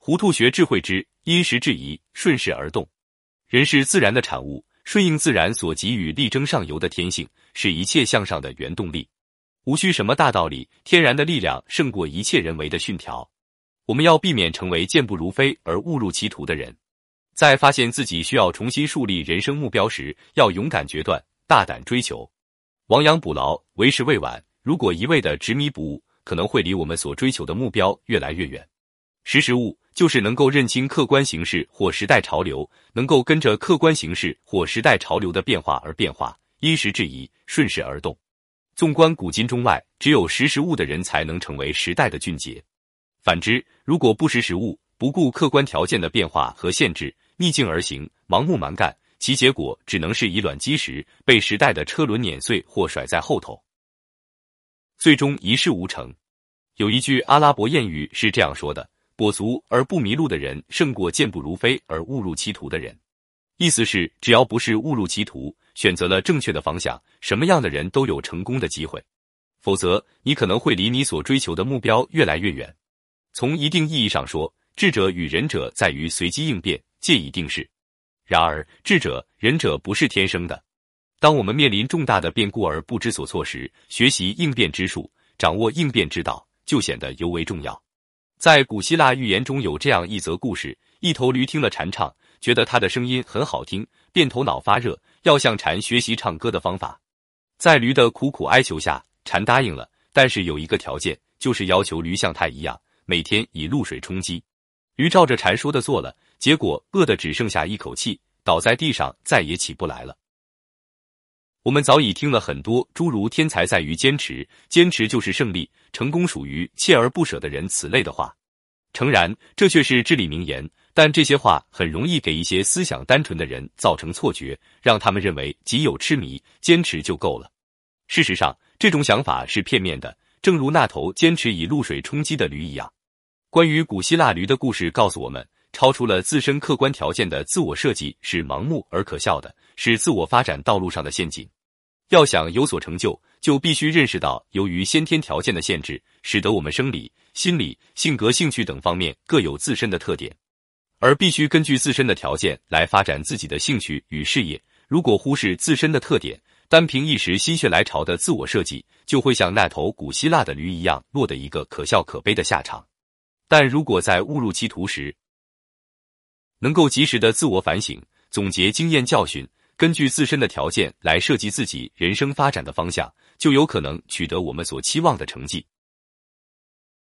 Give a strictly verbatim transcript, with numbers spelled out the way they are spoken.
糊涂学智慧之，因时制宜，顺势而动。人是自然的产物，顺应自然所给予力争上游的天性，是一切向上的原动力。无需什么大道理，天然的力量胜过一切人为的训调。我们要避免成为健步如飞而误入歧途的人。在发现自己需要重新树立人生目标时，要勇敢决断，大胆追求。亡羊补牢，为时未晚。如果一味的执迷不悟，可能会离我们所追求的目标越来越远。识时务就是能够认清客观形势或时代潮流，能够跟着客观形势或时代潮流的变化而变化，因时制宜，顺势而动。纵观古今中外，只有识时务的人才能成为时代的俊杰。反之，如果不识时务，不顾客观条件的变化和限制，逆境而行，盲目蛮干，其结果只能是以卵击石，被时代的车轮碾碎或甩在后头，最终一事无成。有一句阿拉伯谚语是这样说的：跛足而不迷路的人，胜过健步如飞而误入歧途的人。意思是，只要不是误入歧途，选择了正确的方向，什么样的人都有成功的机会。否则，你可能会离你所追求的目标越来越远。从一定意义上说，智者与仁者在于随机应变，借以定势。然而，智者、仁者不是天生的。当我们面临重大的变故而不知所措时，学习应变之术，掌握应变之道，就显得尤为重要。在古希腊寓言中有这样一则故事：一头驴听了蝉唱，觉得它的声音很好听，便头脑发热，要向蝉学习唱歌的方法。在驴的苦苦哀求下，蝉答应了，但是有一个条件，就是要求驴像它一样，每天以露水充饥。驴照着蝉说的做了，结果饿得只剩下一口气，倒在地上，再也起不来了。我们早已听了很多诸如天才在于坚持，坚持就是胜利，成功属于锲而不舍的人此类的话。诚然，这却是至理名言，但这些话很容易给一些思想单纯的人造成错觉，让他们认为己有痴迷，坚持就够了。事实上，这种想法是片面的，正如那头坚持以露水充饥的驴一样。关于古希腊驴的故事告诉我们，超出了自身客观条件的自我设计是盲目而可笑的，是自我发展道路上的陷阱。要想有所成就，就必须认识到由于先天条件的限制，使得我们生理、心理、性格、兴趣等方面各有自身的特点，而必须根据自身的条件来发展自己的兴趣与事业。如果忽视自身的特点，单凭一时心血来潮的自我设计，就会像那头古希腊的驴一样，落得一个可笑可悲的下场。但如果在误入歧途时，能够及时的自我反省，总结经验教训，根据自身的条件来设计自己人生发展的方向，就有可能取得我们所期望的成绩。